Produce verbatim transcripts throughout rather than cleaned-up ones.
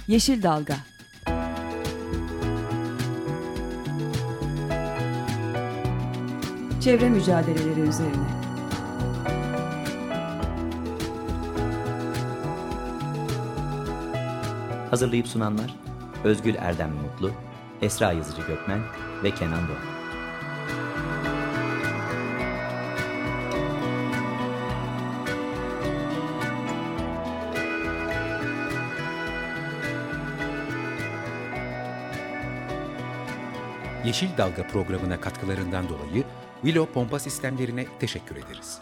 Yeşil Dalga. Çevre mücadeleleri üzerine. Hazırlayıp sunanlar Özgül Erdem Mutlu, Esra Yazıcı Gökmen ve Kenan Doğan. Yeşil Dalga programına katkılarından dolayı Willow Pompa Sistemlerine teşekkür ederiz.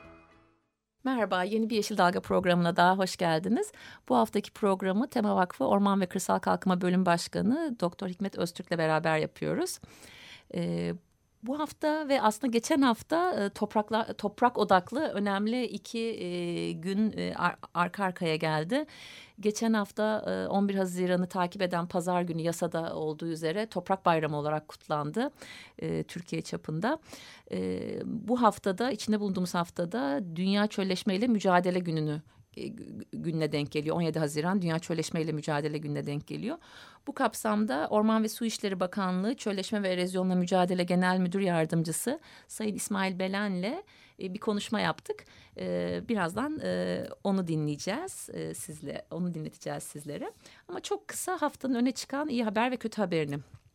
Merhaba, yeni bir Yeşil Dalga programına daha hoş geldiniz. Bu haftaki programı Tema Vakfı Orman ve Kırsal Kalkınma Bölüm Başkanı Doktor Hikmet Öztürk'le beraber yapıyoruz. Ee, bu hafta ve aslında geçen hafta toprakla, toprak odaklı önemli iki e, gün e, ar, arka arkaya geldi. Geçen hafta on bir Haziran'ı takip eden pazar günü yasada olduğu üzere Toprak Bayramı olarak kutlandı e, Türkiye çapında. E, bu haftada, içinde bulunduğumuz haftada Dünya Çölleşme ile Mücadele Günü'nü e, gününe denk geliyor. on yedi Haziran Dünya Çölleşme ile Mücadele Günü'ne denk geliyor. Bu kapsamda Orman ve Su İşleri Bakanlığı Çölleşme ve Erozyonla Mücadele Genel Müdür Yardımcısı Sayın İsmail Belen'le bir konuşma yaptık. Birazdan onu dinleyeceğiz sizle, onu dinleteceğiz sizlere. Ama çok kısa haftanın öne çıkan iyi haber ve kötü haberini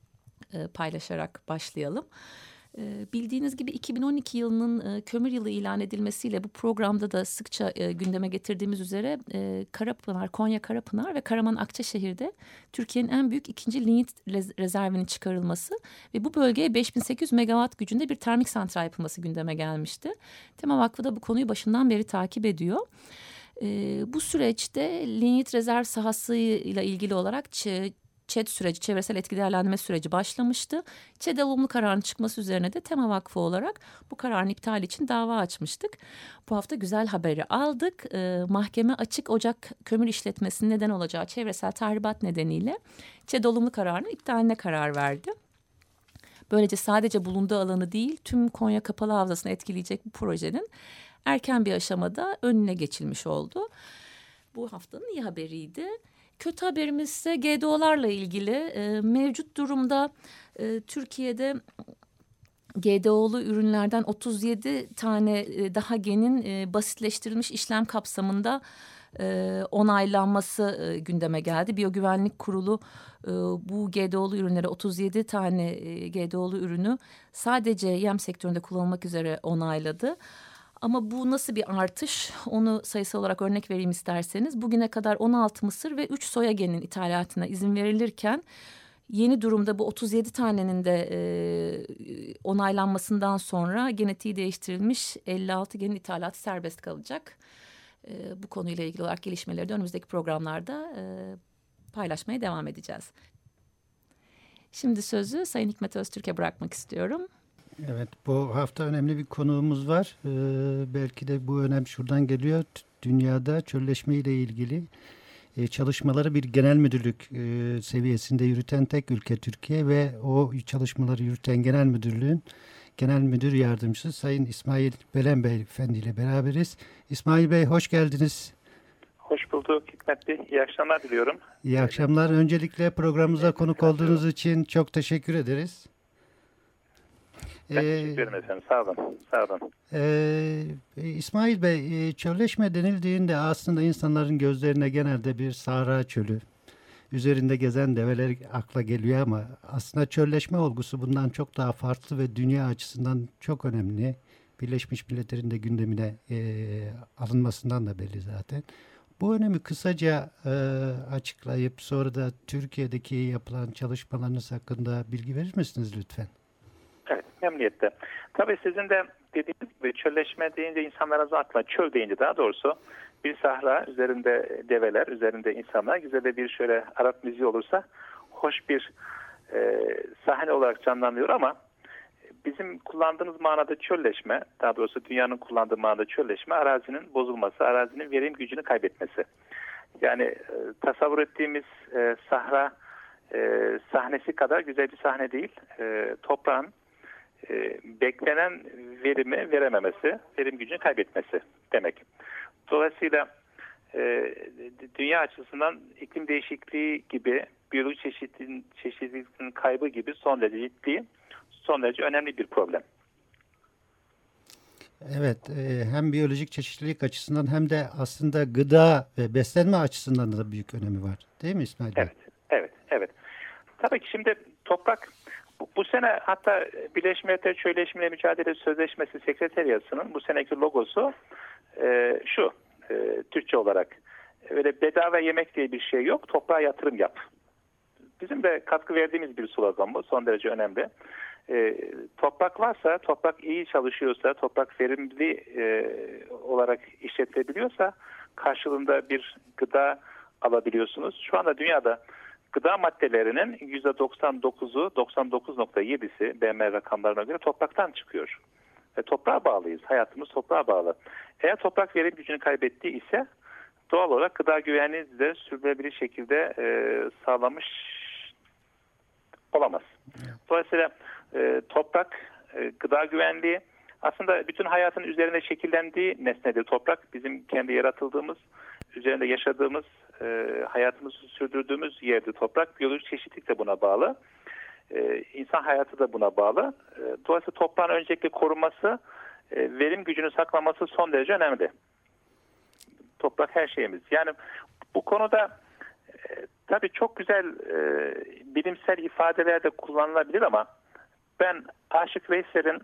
paylaşarak başlayalım. Bildiğiniz gibi iki bin on iki yılının kömür yılı ilan edilmesiyle bu programda da sıkça gündeme getirdiğimiz üzere Karapınar, Konya Karapınar ve Karaman Akçaşehir'de Türkiye'nin en büyük ikinci lignit rezervinin çıkarılması ve bu bölgeye beş bin sekiz yüz megawatt gücünde bir termik santral yapılması gündeme gelmişti. Tema Vakfı da bu konuyu başından beri takip ediyor. Bu süreçte lignit rezerv sahasıyla ilgili olarak ÇED süreci, çevresel etki değerlendirme süreci başlamıştı. ÇED olumlu kararın çıkması üzerine de Tema Vakfı olarak bu kararın iptali için dava açmıştık. Bu hafta güzel haberi aldık. Ee, mahkeme açık ocak kömür işletmesinin neden olacağı çevresel tahribat nedeniyle ÇED olumlu kararının iptaline karar verdi. Böylece sadece bulunduğu alanı değil, tüm Konya Kapalı Havzası'nı etkileyecek bu projenin erken bir aşamada önüne geçilmiş oldu. Bu haftanın iyi haberiydi. Kötü haberimiz ise G D O'larla ilgili. E, mevcut durumda e, Türkiye'de G D O'lu ürünlerden otuz yedi tane e, daha genin e, basitleştirilmiş işlem kapsamında e, onaylanması e, gündeme geldi. Biyogüvenlik Kurulu e, bu G D O'lu ürünlere otuz yedi tane e, G D O'lu ürünü sadece yem sektöründe kullanılmak üzere onayladı. Ama bu nasıl bir artış? Onu sayısal olarak örnek vereyim isterseniz. Bugüne kadar on altı mısır ve üç soya geninin ithalatına izin verilirken yeni durumda bu otuz yedi tanenin de e, onaylanmasından sonra genetiği değiştirilmiş elli altı genin ithalatı serbest kalacak. E, bu konuyla ilgili olarak gelişmeleri de önümüzdeki programlarda e, paylaşmaya devam edeceğiz. Şimdi sözü Sayın Hikmet Öztürk'e bırakmak istiyorum. Evet, bu hafta önemli bir konuğumuz var. Ee, belki de bu önem şuradan geliyor. Dünyada çölleşme ile ilgili e, çalışmaları bir genel müdürlük e, seviyesinde yürüten tek ülke Türkiye ve o çalışmaları yürüten genel müdürlüğün genel müdür yardımcısı Sayın İsmail Belen Bey Efendi ile beraberiz. İsmail Bey hoş geldiniz. Hoş bulduk Hikmet Bey. İyi akşamlar diliyorum. İyi akşamlar. Öncelikle programımıza evet, konuk olduğunuz için çok teşekkür ederiz. Ben teşekkür ederim efendim. Sağ olun. Sağ olun. Ee, İsmail Bey, çölleşme denildiğinde aslında insanların gözlerine genelde bir sahra çölü, üzerinde gezen develer akla geliyor ama aslında çölleşme olgusu bundan çok daha farklı ve dünya açısından çok önemli. Birleşmiş Milletler'in de gündemine e, alınmasından da belli zaten. Bu önemi kısaca e, açıklayıp sonra da Türkiye'deki yapılan çalışmalarınız hakkında bilgi verir misiniz lütfen? Evet, memnuniyetle. Tabii sizin de dediğiniz gibi çölleşme deyince insanların aklına, çöl deyince daha doğrusu bir sahra, üzerinde develer, üzerinde insanlar, güzel de bir şöyle Arap müziği olursa hoş bir e, sahne olarak canlanıyor ama bizim kullandığımız manada çölleşme, daha doğrusu dünyanın kullandığı manada çölleşme, arazinin bozulması, arazinin verim gücünü kaybetmesi. Yani e, tasavvur ettiğimiz e, sahra e, sahnesi kadar güzel bir sahne değil. E, toprağın e, beklenen verimi verememesi, verim gücünü kaybetmesi demek. Dolayısıyla e, dünya açısından iklim değişikliği gibi, biyolojik çeşitliliğin, çeşitliliğin kaybı gibi son derece ciddi, son derece önemli bir problem. Evet, e, hem biyolojik çeşitlilik açısından hem de aslında gıda ve beslenme açısından da büyük önemi var. Değil mi İsmail Bey? Evet, evet, evet. Tabii ki şimdi toprak, bu, bu sene hatta Birleşmiş Milletler Çölleşmeyle Mücadele Sözleşmesi Sekreteriyası'nın bu seneki logosu e, şu, e, Türkçe olarak. Öyle bedava yemek diye bir şey yok, toprağa yatırım yap. Bizim de katkı verdiğimiz bir slogan bu, son derece önemli. E, toprak varsa, toprak iyi çalışıyorsa, toprak verimli e, olarak işletilebiliyorsa karşılığında bir gıda alabiliyorsunuz. Şu anda dünyada gıda maddelerinin yüzde doksan dokuzu, doksan dokuz nokta yedisi B M rakamlarına göre topraktan çıkıyor. Ve toprağa bağlıyız. Hayatımız toprağa bağlı. Eğer toprak verim gücünü kaybettiği ise doğal olarak gıda güvenliğini de sürdürülebilir şekilde e, sağlamış olamaz. Dolayısıyla e, toprak, e, gıda güvenliği aslında bütün hayatın üzerine şekillendiği nesnedir toprak. Bizim kendi yaratıldığımız, üzerinde yaşadığımız, e, hayatımızı sürdürdüğümüz yerdir toprak. Biyolojik çeşitlilik de buna bağlı. E, insan hayatı da buna bağlı. E, dolayısıyla toprağın öncelikle korunması, e, verim gücünü saklaması son derece önemli. Toprak her şeyimiz. Yani bu konuda e, tabii çok güzel e, bilimsel ifadeler de kullanılabilir ama ben Aşık Veysel'in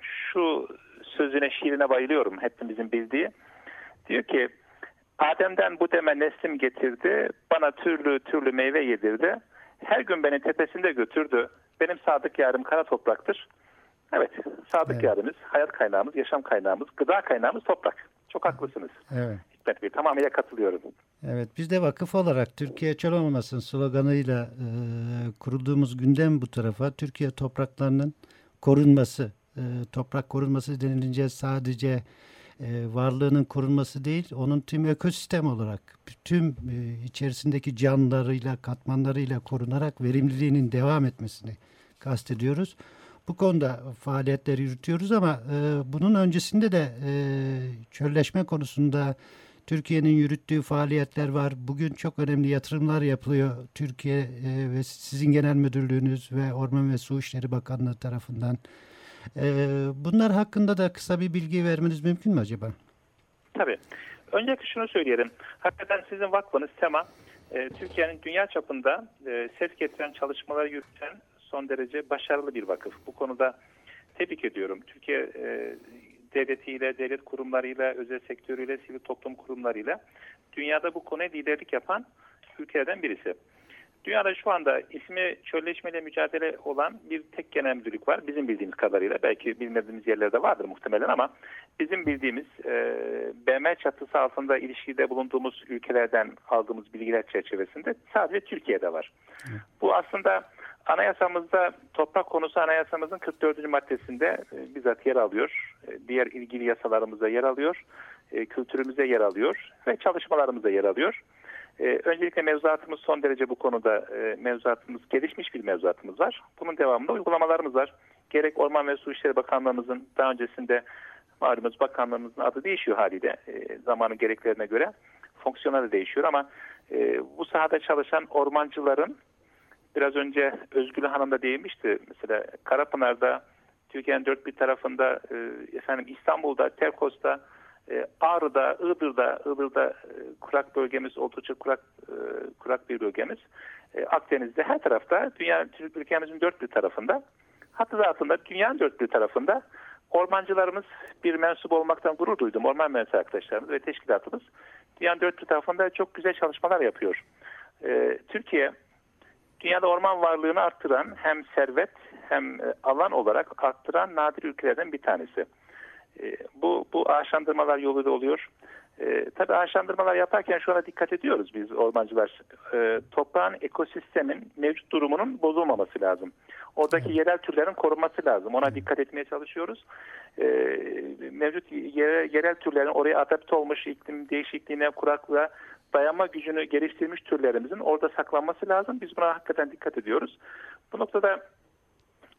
şu sözüne, şiirine bayılıyorum, hepimizin bildiği. Diyor ki, Adem'den bu deme neslim getirdi, bana türlü türlü meyve yedirdi. Her gün beni tepesinde götürdü. Benim sadık yarım kara topraktır. Evet, sadık evet. yarımız, hayat kaynağımız, yaşam kaynağımız, gıda kaynağımız toprak. Çok haklısınız. Evet. Hikmet Bey, tamamıyla katılıyorum. Evet, biz de vakıf olarak Türkiye çöl olmasın sloganıyla e, kurulduğumuz günden bu tarafa Türkiye topraklarının korunması, e, toprak korunması denilince sadece e, varlığının korunması değil, onun tüm ekosistem olarak tüm e, içerisindeki canlılarıyla, katmanlarıyla korunarak verimliliğinin devam etmesini kastediyoruz. Bu konuda faaliyetler yürütüyoruz ama e, bunun öncesinde de e, çölleşme konusunda Türkiye'nin yürüttüğü faaliyetler var. Bugün çok önemli yatırımlar yapılıyor. Türkiye e, ve sizin genel müdürlüğünüz ve Orman ve Su İşleri Bakanlığı tarafından. E, bunlar hakkında da kısa bir bilgi vermeniz mümkün mü acaba? Tabii. Öncelikle şunu söyleyelim. Hakikaten sizin vakfınız TEMA, e, Türkiye'nin dünya çapında e, ses getiren çalışmaları yürüten son derece başarılı bir vakıf. Bu konuda tebrik ediyorum. Türkiye e, devletiyle, devlet kurumlarıyla, özel sektörüyle, sivil toplum kurumlarıyla dünyada bu konuya liderlik yapan ülkelerden birisi. Dünyada şu anda ismi çölleşmeyle mücadele olan bir tek genel müdürlük var. Bizim bildiğimiz kadarıyla, belki bilmediğimiz yerlerde vardır muhtemelen ama bizim bildiğimiz e, B M çatısı altında ilişkide bulunduğumuz ülkelerden aldığımız bilgiler çerçevesinde sadece Türkiye'de var. Hı. Bu aslında anayasamızda, toprak konusu anayasamızın kırk dördüncü maddesinde e, bizzat yer alıyor. E, diğer ilgili yasalarımızda yer alıyor. E, kültürümüzde yer alıyor ve çalışmalarımızda yer alıyor. Ee, öncelikle mevzuatımız son derece bu konuda e, mevzuatımız gelişmiş bir mevzuatımız var. Bunun devamında uygulamalarımız var. Gerek Orman ve Su İşleri Bakanlığımızın daha öncesinde malumunuz bakanlığımızın adı değişiyor haliyle e, zamanın gereklerine göre fonksiyonları değişiyor ama e, bu sahada çalışan ormancıların biraz önce Özgül Hanım da değinmişti. Mesela Karapınar'da, Türkiye'nin dört bir tarafında, e, efendim İstanbul'da, Terkos'ta, E, Ağrı'da, Iğdır'da, Iğdır'da e, kurak bölgemiz, oldukça kurak e, kurak bir bölgemiz. E, Akdeniz'de her tarafta, dünya ülkemizin dört bir tarafında, hatta altında dünyanın dört bir tarafında ormancılarımız bir mensup olmaktan gurur duydum. Orman mühendisi arkadaşlarımız ve teşkilatımız dünyanın dört bir tarafında çok güzel çalışmalar yapıyor. E, Türkiye, dünyada orman varlığını arttıran hem servet hem alan olarak arttıran nadir ülkelerden bir tanesi. E, bu bu ağaçlandırmalar yoluyla oluyor. E, tabii ağaçlandırmalar yaparken şu ana dikkat ediyoruz biz ormancılar. E, toprağın, ekosistemin mevcut durumunun bozulmaması lazım. Oradaki yerel türlerin korunması lazım. Ona dikkat etmeye çalışıyoruz. E, mevcut yere, yerel türlerin oraya adapte olmuş iklim değişikliğine, kuraklığa dayanma gücünü geliştirmiş türlerimizin orada saklanması lazım. Biz buna hakikaten dikkat ediyoruz. Bu noktada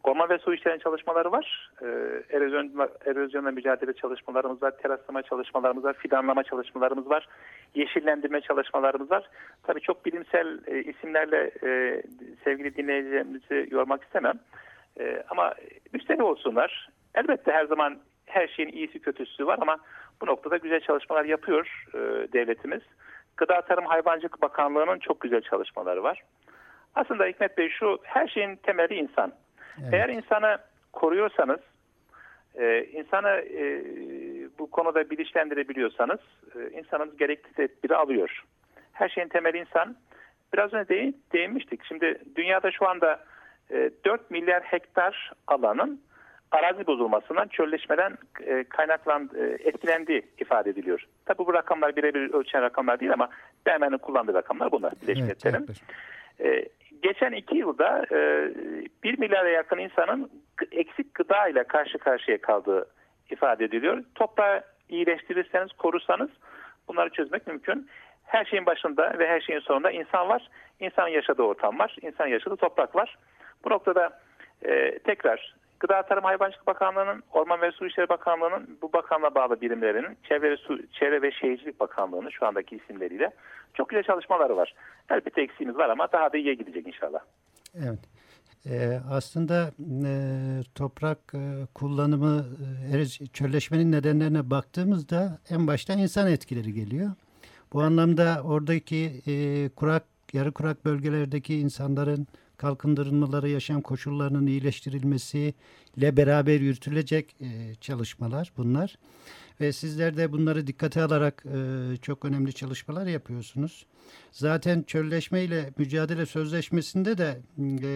Orman ve su işlerinin çalışmaları var. E, erozyon, erozyonla mücadele çalışmalarımız var. Teraslama çalışmalarımız var. Fidanlama çalışmalarımız var. Yeşillendirme çalışmalarımız var. Tabii çok bilimsel e, isimlerle e, sevgili dinleyicilerimizi yormak istemem. E, ama müsterih olsunlar. Elbette her zaman her şeyin iyisi kötüsü var ama bu noktada güzel çalışmalar yapıyor e, devletimiz. Gıda Tarım Hayvancılık Bakanlığı'nın çok güzel çalışmaları var. Aslında Hikmet Bey şu, her şeyin temeli insan. Evet. Eğer insanı koruyorsanız, e, insanı e, bu konuda bilinçlendirebiliyorsanız e, insanımız gerekli tedbiri alıyor. Her şeyin temeli insan. Biraz önce değin, değinmiştik. Şimdi dünyada şu anda e, dört milyar hektar alanın arazi bozulmasından, çölleşmeden e, kaynaklan e, etkilendiği ifade ediliyor. Tabii bu rakamlar birebir ölçen rakamlar değil ama B M M'nin kullandığı rakamlar bunlar. Evet, e, geçen iki yılda e, bir milyara yakın insanın eksik gıda ile karşı karşıya kaldığı ifade ediliyor. Toprağı iyileştirirseniz, korursanız bunları çözmek mümkün. Her şeyin başında ve her şeyin sonunda insan var. İnsanın yaşadığı ortam var. İnsanın yaşadığı toprak var. Bu noktada e, tekrar Gıda Tarım Hayvancılık Bakanlığı'nın, Orman ve Su İşleri Bakanlığı'nın, bu bakanlığa bağlı birimlerinin, Çevre ve, Su, Çevre ve Şehircilik Bakanlığı'nın şu andaki isimleriyle çok güzel çalışmaları var. Elbette eksiğimiz var ama daha da iyiye gidecek inşallah. Evet. Ee, aslında e, toprak e, kullanımı, e, çölleşmenin nedenlerine baktığımızda en başta insan etkileri geliyor. Bu anlamda oradaki e, kurak, yarı kurak bölgelerdeki insanların kalkındırılmaları, yaşam koşullarının iyileştirilmesiyle beraber yürütülecek e, çalışmalar bunlar. Ve sizler de bunları dikkate alarak e, çok önemli çalışmalar yapıyorsunuz. Zaten çölleşme ile mücadele sözleşmesinde de e,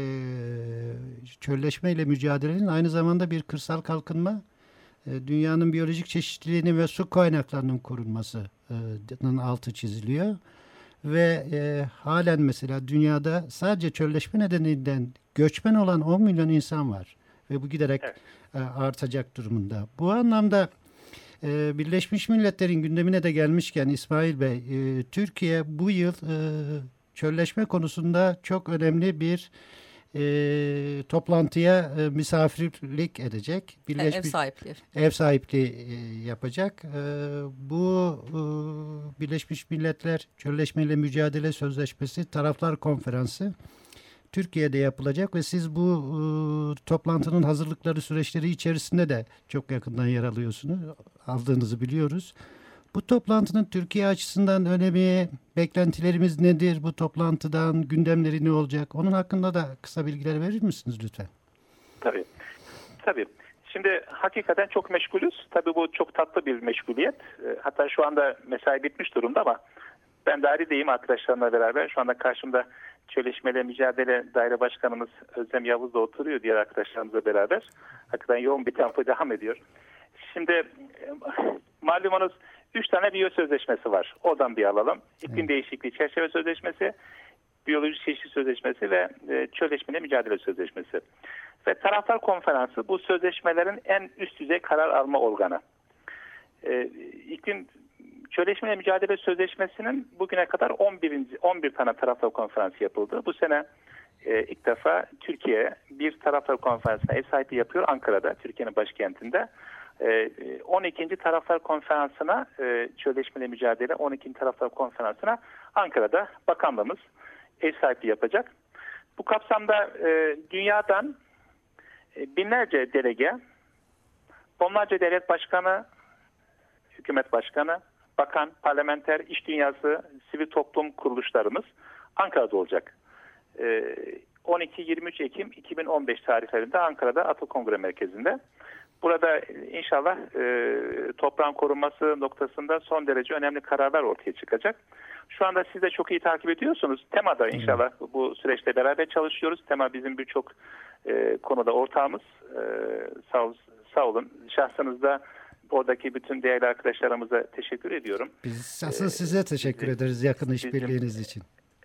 çölleşme ile mücadelenin aynı zamanda bir kırsal kalkınma, e, dünyanın biyolojik çeşitliliğinin ve su kaynaklarının korunmasının altı çiziliyor. Ve e, halen mesela dünyada sadece çölleşme nedeniyle göçmen olan on milyon insan var. Ve bu giderek evet. e, artacak durumunda. Bu anlamda e, Birleşmiş Milletler'in gündemine de gelmişken İsmail Bey, e, Türkiye bu yıl e, çölleşme konusunda çok önemli bir e, toplantıya e, misafirlik edecek. Birleşmiş, ev sahipliği. Ev sahipliği e, yapacak. E, bu e, Birleşmiş Milletler Çölleşme ile Mücadele Sözleşmesi Taraflar Konferansı Türkiye'de yapılacak ve siz bu e, toplantının hazırlıkları süreçleri içerisinde de çok yakından yer alıyorsunuz. Aldığınızı biliyoruz. Bu toplantının Türkiye açısından önemi, beklentilerimiz nedir bu toplantıdan, gündemleri ne olacak? Onun hakkında da kısa bilgiler verir misiniz lütfen? Tabii. Tabii. Şimdi hakikaten çok meşgulüz. Tabii bu çok tatlı bir meşguliyet. Hatta şu anda mesai bitmiş durumda ama ben dahiredeyim arkadaşlarımla beraber. Şu anda karşımda Çölleşmeyle Mücadele Daire Başkanımız Özlem Yavuz da oturuyor diğer arkadaşlarımızla beraber. Hakikaten yoğun bir tempo devam ediyor. Şimdi malumunuz üç tane biyo sözleşmesi var. Oradan bir alalım. İklim evet. Değişikliği Çerçeve Sözleşmesi, Biyolojik Çeşitlilik Sözleşmesi ve e, Çölleşmeyle Mücadele Sözleşmesi. Ve Taraflar Konferansı bu sözleşmelerin en üst düzey karar alma organı. E, iklim Çölleşmeyle Mücadele Sözleşmesi'nin bugüne kadar on bir, on bir tane Taraflar Konferansı yapıldı. Bu sene e, ilk defa Türkiye bir Taraflar Konferansı'na ev sahipliği yapıyor Ankara'da, Türkiye'nin başkentinde. on ikinci Taraflar Konferansı'na Çölleşmeyle Mücadele on ikinci Taraflar Konferansı'na Ankara'da bakanlığımız ev sahipliği yapacak. Bu kapsamda e, dünyadan e, binlerce delege, onlarca devlet başkanı, hükümet başkanı, bakan, parlamenter, iş dünyası, sivil toplum kuruluşlarımız Ankara'da olacak. E, on iki yirmi üç Ekim iki bin on beş tarihlerinde Ankara'da Atıl Kongre Merkezi'nde. Burada inşallah e, toprağın korunması noktasında son derece önemli kararlar ortaya çıkacak. Şu anda siz de çok iyi takip ediyorsunuz. TEMA'da inşallah bu süreçte beraber çalışıyoruz. TEMA bizim birçok e, konuda ortağımız. E, sağ, ol, sağ olun. Şahsınızda oradaki bütün değerli arkadaşlarımıza teşekkür ediyorum. Biz asıl size teşekkür ee, ederiz yakın işbirliğiniz için.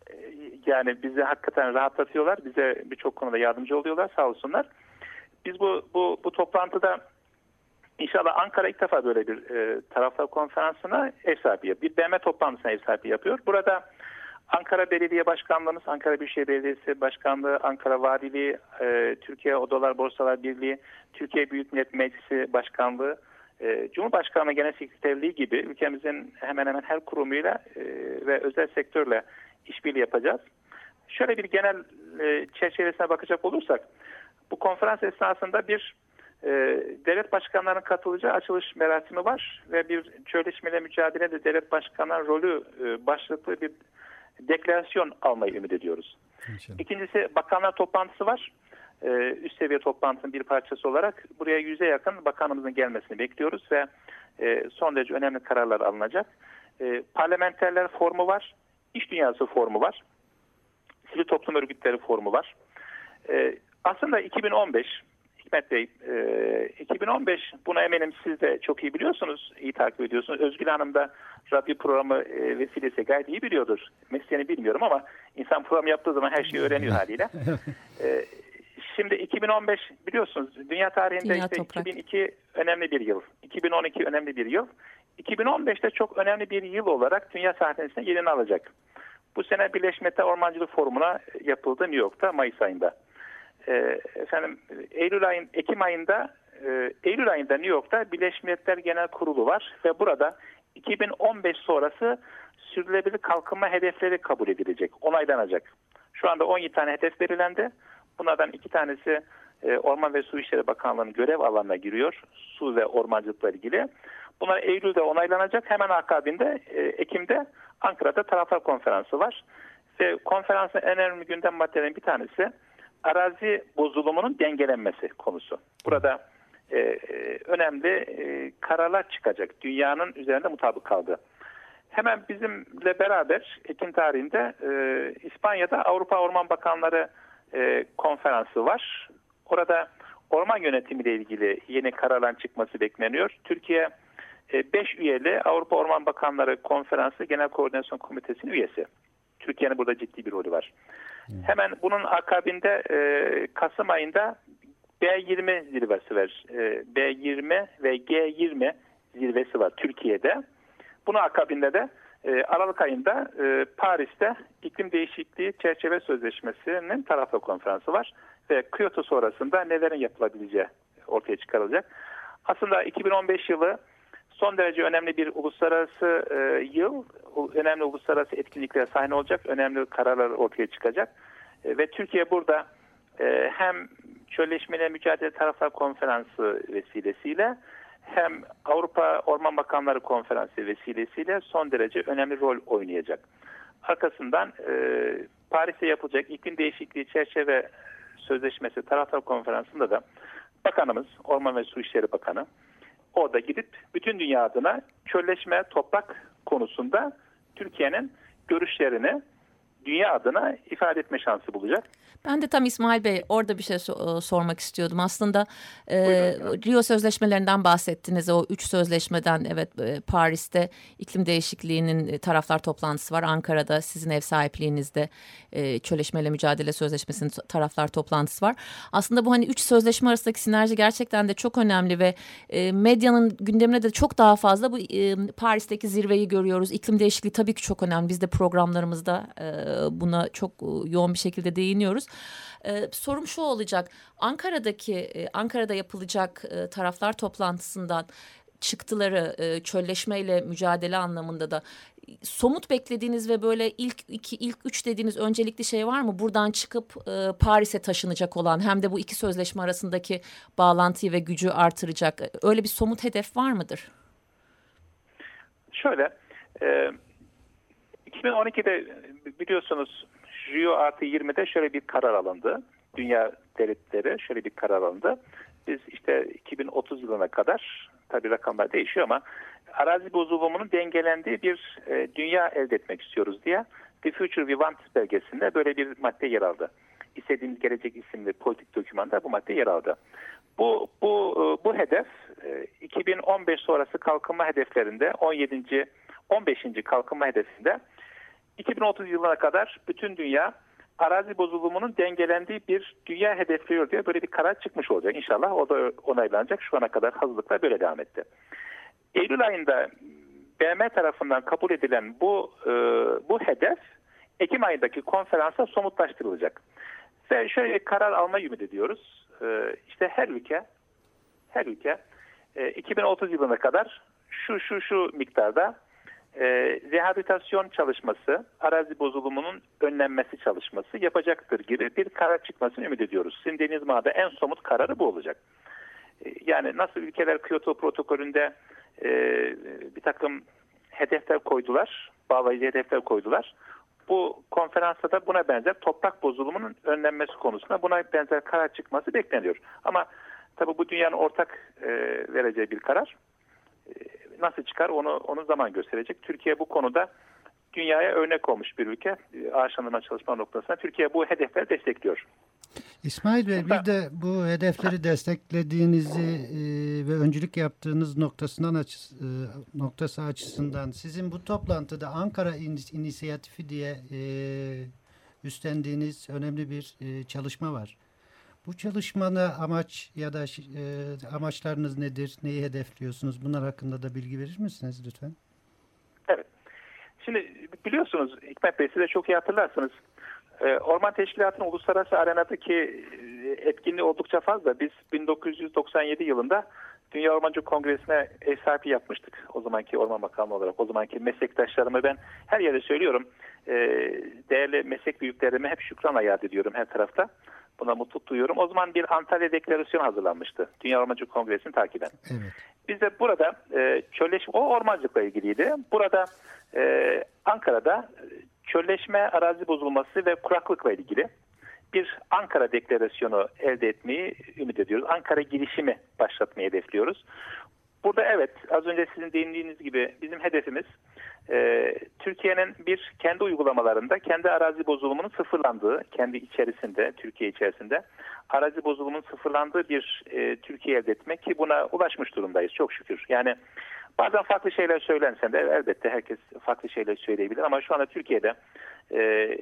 Yani bizi hakikaten rahatlatıyorlar. Bize birçok konuda yardımcı oluyorlar. Sağ olsunlar. Biz bu bu bu toplantıda inşallah Ankara ilk defa böyle bir e, taraflar konferansına ev sahipliği yapıyor. Bir B M toplantısına ev sahipliği yapıyor. Burada Ankara Belediye Başkanlığımız, Ankara Büyükşehir Belediyesi Başkanlığı, Ankara Valiliği, e, Türkiye Odalar Borsalar Birliği, Türkiye Büyük Millet Meclisi Başkanlığı, e, Cumhurbaşkanlığı Genel Sekreterliği gibi ülkemizin hemen hemen her kurumuyla e, ve özel sektörle işbirliği yapacağız. Şöyle bir genel e, çerçevesine bakacak olursak, bu konferans esnasında bir e, devlet başkanlarının katılacağı açılış merasimi var ve bir çölleşmeyle mücadelede devlet başkanlarının rolü e, başlıklı bir deklarasyon almayı ümit ediyoruz. İnşallah. İkincisi, bakanlar toplantısı var. Ee, üst seviye toplantının bir parçası olarak buraya yüze yakın bakanımızın gelmesini bekliyoruz ve e, son derece önemli kararlar alınacak. E, parlamenterler formu var, iş dünyası formu var, sivil toplum örgütleri formu var. E, aslında iki bin on beş, Hikmet Bey, e, iki bin on beş, buna eminim siz de çok iyi biliyorsunuz, iyi takip ediyorsunuz. Özgül Hanım da radyo programı e, vesilesi gayet iyi biliyordur. Mesleğini bilmiyorum ama insan program yaptığı zaman her şeyi öğreniyor haliyle. E, şimdi iki bin on beş biliyorsunuz, dünya tarihinde Dünya işte toprak. iki bin iki önemli bir yıl, iki bin on iki önemli bir yıl, iki bin on beşte çok önemli bir yıl olarak dünya sahnesine yerini alacak. Bu sene Birleşmiş Milletler Ormancılık Forumu'na yapıldı New York'ta Mayıs ayında. E, efendim Eylül ayın, Ekim ayında, e, Eylül ayında New York'ta Birleşmiş Milletler Genel Kurulu var ve burada iki bin on beş sonrası sürdürülebilir kalkınma hedefleri kabul edilecek, onaylanacak. Şu anda on yedi tane hedef belirlendi. Bunlardan iki tanesi e, Orman ve Su İşleri Bakanlığı'nın görev alanına giriyor. Su ve ormancılıkla ilgili. Bunlar Eylül'de onaylanacak. Hemen akabinde e, Ekim'de Ankara'da Taraflar Konferansı var. Ve konferansın en önemli gündem maddelerinin bir tanesi arazi bozulumunun dengelenmesi konusu. Burada e, e, önemli e, kararlar çıkacak. Dünyanın üzerinde mutabık kaldı. Hemen bizimle beraber Ekim tarihinde e, İspanya'da Avrupa Orman Bakanları e, konferansı var. Orada orman yönetimiyle ilgili yeni kararların çıkması bekleniyor. Türkiye beş e, üyeli Avrupa Orman Bakanları Konferansı Genel Koordinasyon Komitesi'nin üyesi. Türkiye'nin burada ciddi bir rolü var. Hmm. Hemen bunun akabinde e, Kasım ayında B yirmi zirvesi var. E, B yirmi ve G yirmi zirvesi var Türkiye'de. Bunun akabinde de e, Aralık ayında e, Paris'te İklim Değişikliği Çerçeve Sözleşmesi'nin taraflı konferansı var. Ve Kyoto sonrasında nelerin yapılabileceği ortaya çıkarılacak. Aslında iki bin on beş yılı son derece önemli bir uluslararası e, yıl. Önemli uluslararası etkinliklere sahne olacak. Önemli kararlar ortaya çıkacak. E, ve Türkiye burada e, hem Çölleşmeyle Mücadele Taraflar Konferansı vesilesiyle hem Avrupa Orman Bakanları Konferansı vesilesiyle son derece önemli rol oynayacak. Arkasından e, Paris'te yapılacak İklim Değişikliği Çerçeve Sözleşmesi Taraflar Konferansı'nda da Bakanımız, Orman ve Su İşleri Bakanı orada gidip bütün dünya adına çölleşme, toprak konusunda Türkiye'nin görüşlerini dünya adına ifade etme şansı bulacak. Ben de tam İsmail Bey orada bir şey so- sormak istiyordum. Aslında e, Rio sözleşmelerinden bahsettiniz. O üç sözleşmeden evet e, Paris'te iklim değişikliğinin taraflar toplantısı var. Ankara'da sizin ev sahipliğinizde e, çölleşmeyle mücadele sözleşmesinin taraflar toplantısı var. Aslında bu hani üç sözleşme arasındaki sinerji gerçekten de çok önemli ve e, medyanın gündemine de çok daha fazla bu e, Paris'teki zirveyi görüyoruz. İklim değişikliği tabii ki çok önemli. Biz de programlarımızda e, buna çok yoğun bir şekilde değiniyoruz. Ee, sorum şu olacak. Ankara'daki e, Ankara'da yapılacak e, taraflar toplantısından çıktıları e, çölleşmeyle mücadele anlamında da somut beklediğiniz ve böyle ilk iki, ilk üç dediğiniz öncelikli şey var mı? Buradan çıkıp e, Paris'e taşınacak olan hem de bu iki sözleşme arasındaki bağlantıyı ve gücü artıracak öyle bir somut hedef var mıdır? Şöyle, e, iki bin on ikide biliyorsunuz Rio artı yirmide şöyle bir karar alındı. Dünya devletleri şöyle bir karar alındı. Biz işte iki bin otuz yılına kadar, tabii rakamlar değişiyor ama arazi bozulumunun dengelendiği bir e, dünya elde etmek istiyoruz diye The Future We Want belgesinde böyle bir madde yer aldı. İstediğimiz Gelecek isimli politik dokümanda bu madde yer aldı. Bu bu bu hedef iki bin on beş sonrası kalkınma hedeflerinde on yedinci on beşinci kalkınma hedefinde iki bin otuz yılına kadar bütün dünya arazi bozulumunun dengelendiği bir dünya hedefliyor diye böyle bir karar çıkmış olacak. İnşallah o da onaylanacak. Şu ana kadar hazırlıklar böyle devam etti. Eylül ayında B M tarafından kabul edilen bu e, bu hedef Ekim ayındaki konferansa somutlaştırılacak. Ve şöyle bir karar alma ümit ediyoruz. Ee, işte her ülke her ülke e, iki bin otuz yılına kadar şu şu şu miktarda e, rehabilitasyon çalışması, arazi bozulumunun önlenmesi çalışması yapacaktır gibi bir karar çıkmasını ümit ediyoruz. Sizin dediğiniz manada en somut kararı bu olacak. E, yani nasıl ülkeler Kyoto protokolünde e, bir takım hedefler koydular, bağlayıcı hedefler koydular. Bu konferansta da buna benzer toprak bozulumunun önlenmesi konusunda buna benzer karar çıkması bekleniyor. Ama tabii bu dünyanın ortak e, vereceği bir karar. E, nasıl çıkar onu onu zaman gösterecek. Türkiye bu konuda dünyaya örnek olmuş bir ülke. E, ağaçlandırma çalışma noktasında Türkiye bu hedefleri destekliyor. İsmail Bey, bir de bu hedefleri desteklediğinizi e, ve öncülük yaptığınız noktasından açı, e, noktası açısından sizin bu toplantıda Ankara İnis- İnisiyatifi diye e, üstlendiğiniz önemli bir e, çalışma var. Bu çalışmanın amaç ya da e, amaçlarınız nedir? Neyi hedefliyorsunuz? Bunlar hakkında da bilgi verir misiniz lütfen? Evet. Şimdi biliyorsunuz Hikmet Bey, siz de çok iyi hatırlarsınız. Orman Teşkilatı'nın uluslararası arenadaki etkinliği oldukça fazla. Biz bin dokuz yüz doksan yedi yılında Dünya Ormancı Kongresi'ne ev sahipliği yapmıştık. O zamanki Orman Bakanlığı olarak. O zamanki meslektaşlarımı ben her yerde söylüyorum. Değerli meslek büyüklerime hep şükranla yad ediyorum her tarafta. Buna mutluluk duyuyorum. O zaman bir Antalya Deklarasyonu hazırlanmıştı. Dünya Ormancı Kongresi'ni takiben. Evet. Biz de burada çölleşme, o ormancılıkla ilgiliydi. Burada Ankara'da çölleşme, arazi bozulması ve kuraklıkla ilgili bir Ankara Deklarasyonu elde etmeyi ümit ediyoruz. Ankara girişimi başlatmayı hedefliyoruz. Burada evet, az önce sizin değindiğiniz gibi bizim hedefimiz e, Türkiye'nin bir kendi uygulamalarında kendi arazi bozulumunun sıfırlandığı, kendi içerisinde, Türkiye içerisinde arazi bozulumunun sıfırlandığı bir e, Türkiye elde etmek, ki buna ulaşmış durumdayız çok şükür. Yani bazen farklı şeyler söylense de elbette herkes farklı şeyler söyleyebilir ama şu anda Türkiye'de e,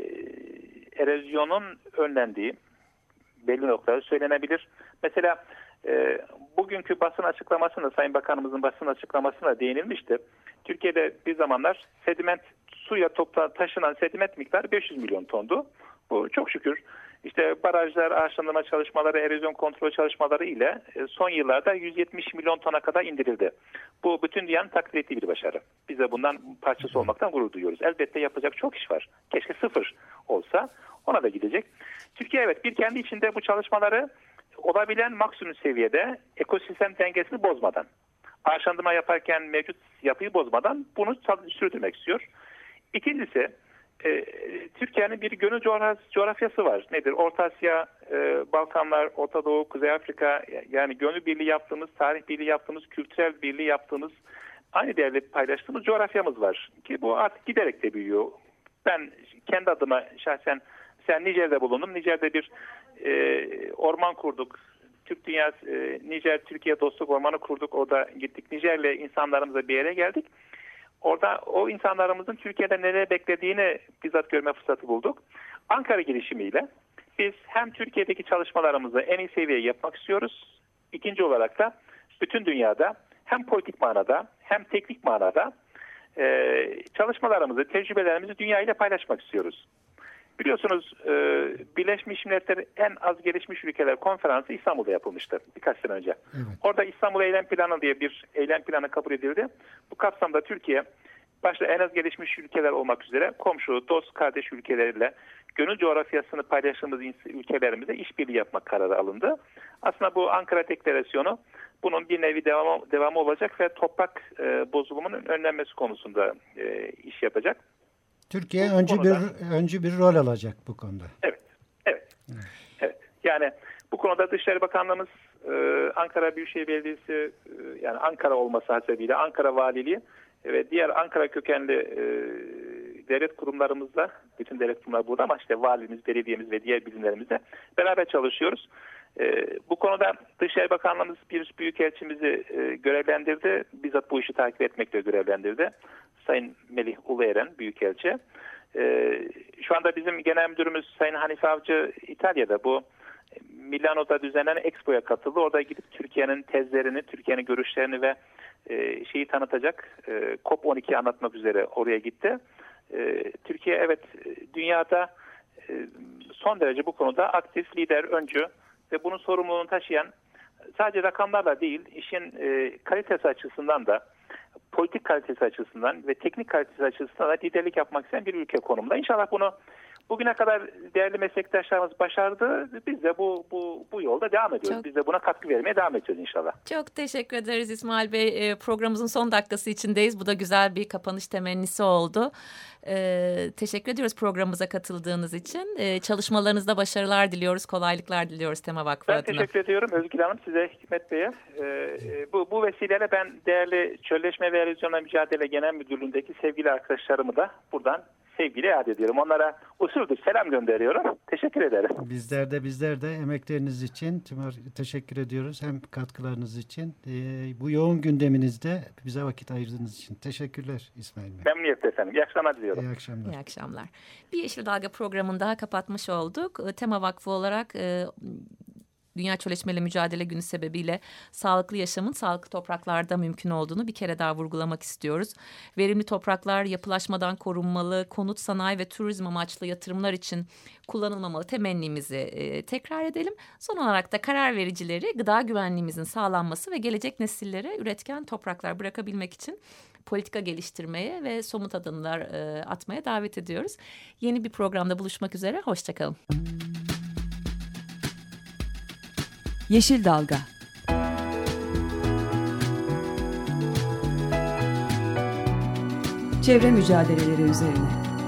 erozyonun önlendiği belli noktalar söylenebilir. Mesela e, bugünkü basın açıklamasında, Sayın Bakanımızın basın açıklamasına değinilmişti. Türkiye'de bir zamanlar sediment, suya topla, taşınan sediment miktarı beş yüz milyon tondu. Bu çok şükür işte barajlar, ağaçlandırma çalışmaları, erozyon kontrol çalışmaları ile son yıllarda yüz yetmiş milyon tona kadar indirildi. Bu bütün dünyanın takdir ettiği bir başarı. Biz de bundan parçası olmaktan gurur duyuyoruz. Elbette yapacak çok iş var. Keşke sıfır olsa, ona da gidecek. Türkiye evet bir kendi içinde bu çalışmaları olabilen maksimum seviyede ekosistem dengesini bozmadan, ağaçlandırma yaparken mevcut yapıyı bozmadan bunu sürdürmek istiyor. İkincisi, e, Türkiye'nin bir gönül coğrafyası var. Nedir? Orta Asya, e, Balkanlar, Orta Doğu, Kuzey Afrika, yani gönül birliği yaptığımız, tarih birliği yaptığımız, kültürel birliği yaptığımız, aynı değerli paylaştığımız coğrafyamız var. Ki bu artık giderek de büyüyor. Ben kendi adıma şahsen sen Nijer'de bulundum. Nijer'de bir e, orman kurduk. Türk Dünyası, e, Nijer, Türkiye Dostluk Ormanı kurduk. Orada gittik. Nijer'le insanlarımızla bir yere geldik. Orada o insanlarımızın Türkiye'de neler beklediğini bizzat görme fırsatı bulduk. Ankara girişimiyle biz hem Türkiye'deki çalışmalarımızı en iyi seviyeye yapmak istiyoruz. İkinci olarak da bütün dünyada hem politik manada hem teknik manada e, çalışmalarımızı, tecrübelerimizi dünya ile paylaşmak istiyoruz. Biliyorsunuz e, Birleşmiş Milletler en az gelişmiş ülkeler konferansı İstanbul'da yapılmıştı birkaç sene önce. Evet. Orada İstanbul Eylem Planı diye bir eylem planı kabul edildi. Bu kapsamda Türkiye başta en az gelişmiş ülkeler olmak üzere komşu, dost, kardeş ülkelerle gönül coğrafyasını paylaştığımız ülkelerimize işbirliği yapmak kararı alındı. Aslında bu Ankara Deklarasyonu bunun bir nevi devamı, devamı olacak ve toprak e, bozulumunun önlenmesi konusunda e, iş yapacak. Türkiye bu öncü konuda, bir öncü bir rol alacak bu konuda. Evet, evet, evet. evet. Yani bu konuda Dışişleri Bakanlığımız, e, Ankara Büyükşehir Belediyesi, e, yani Ankara olması hasebiyle Ankara Valiliği ve diğer Ankara kökenli e, devlet kurumlarımızla, bütün devlet kurumları burada ama işte valimiz, belediyemiz ve diğer birimlerimizle beraber çalışıyoruz. E, bu konuda Dışişleri Bakanlığımız bir büyükelçimizi e, görevlendirdi. Bizzat bu işi takip etmekle görevlendirdi. Sayın Melih Ulueren Büyükelçi. Ee, şu anda bizim genel müdürümüz Sayın Hanife Avcı İtalya'da bu Milano'da düzenlenen Expo'ya katıldı. Orada gidip Türkiye'nin tezlerini, Türkiye'nin görüşlerini ve e, şeyi tanıtacak. E, COP on iki anlatmak üzere oraya gitti. E, Türkiye evet dünyada e, son derece bu konuda aktif, lider, öncü ve bunun sorumluluğunu taşıyan, sadece rakamlarla değil, işin e, kalitesi açısından da, politik kalitesi açısından ve teknik kalitesi açısından da liderlik yapmak isteyen bir ülke konumunda. İnşallah bunu bugüne kadar değerli meslektaşlarımız başardı. Biz de bu bu bu yolda devam ediyoruz. Çok, Biz de buna katkı vermeye devam edeceğiz inşallah. Çok teşekkür ederiz İsmail Bey. Programımızın son dakikası içindeyiz. Bu da güzel bir kapanış temennisi oldu. Ee, teşekkür ediyoruz programımıza katıldığınız için. Ee, çalışmalarınızda başarılar diliyoruz, kolaylıklar diliyoruz Tema Vakfı ben adına. Ben teşekkür ediyorum Özgül Hanım, size, Hikmet Bey'e. Ee, bu, bu vesileyle ben değerli Çölleşme ve Erozyonla Mücadele Genel Müdürlüğü'ndeki sevgili arkadaşlarımı da buradan sevgiyle iade ediyorum. Onlara usuldür selam gönderiyorum. Teşekkür ederim. Bizler de bizler de emekleriniz için Timur, teşekkür ediyoruz. Hem katkılarınız için. Ee, bu yoğun gündeminizde bize vakit ayırdığınız için. Teşekkürler İsmail Bey. Memnuniyetle efendim. İyi akşamlar diliyorum. İyi akşamlar. İyi akşamlar. Bir Yeşil Dalga programını daha kapatmış olduk. Tema Vakfı olarak e, Dünya Çölleşmeyle Mücadele Günü sebebiyle sağlıklı yaşamın sağlıklı topraklarda mümkün olduğunu bir kere daha vurgulamak istiyoruz. Verimli topraklar yapılaşmadan korunmalı, konut, sanayi ve turizm amaçlı yatırımlar için kullanılmamalı temennimizi e, tekrar edelim. Son olarak da karar vericileri gıda güvenliğimizin sağlanması ve gelecek nesillere üretken topraklar bırakabilmek için politika geliştirmeye ve somut adımlar e, atmaya davet ediyoruz. Yeni bir programda buluşmak üzere, hoşçakalın. Yeşil Dalga. Çevre mücadeleleri üzerine.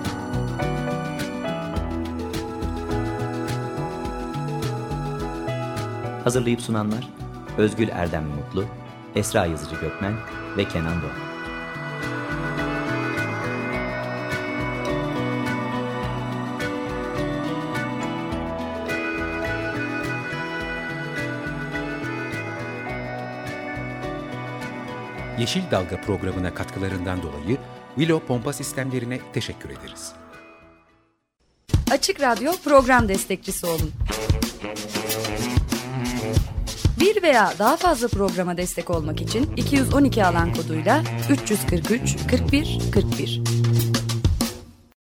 Hazırlayıp sunanlar Özgül Erdem Mutlu, Esra Yazıcı Gökmen ve Kenan Doğan. Yeşil Dalga programına katkılarından dolayı Willow Pompa Sistemlerine teşekkür ederiz. Açık Radyo program destekçisi olun. Bir veya daha fazla programa destek olmak için iki yüz on iki alan koduyla üç yüz kırk üç kırk bir kırk bir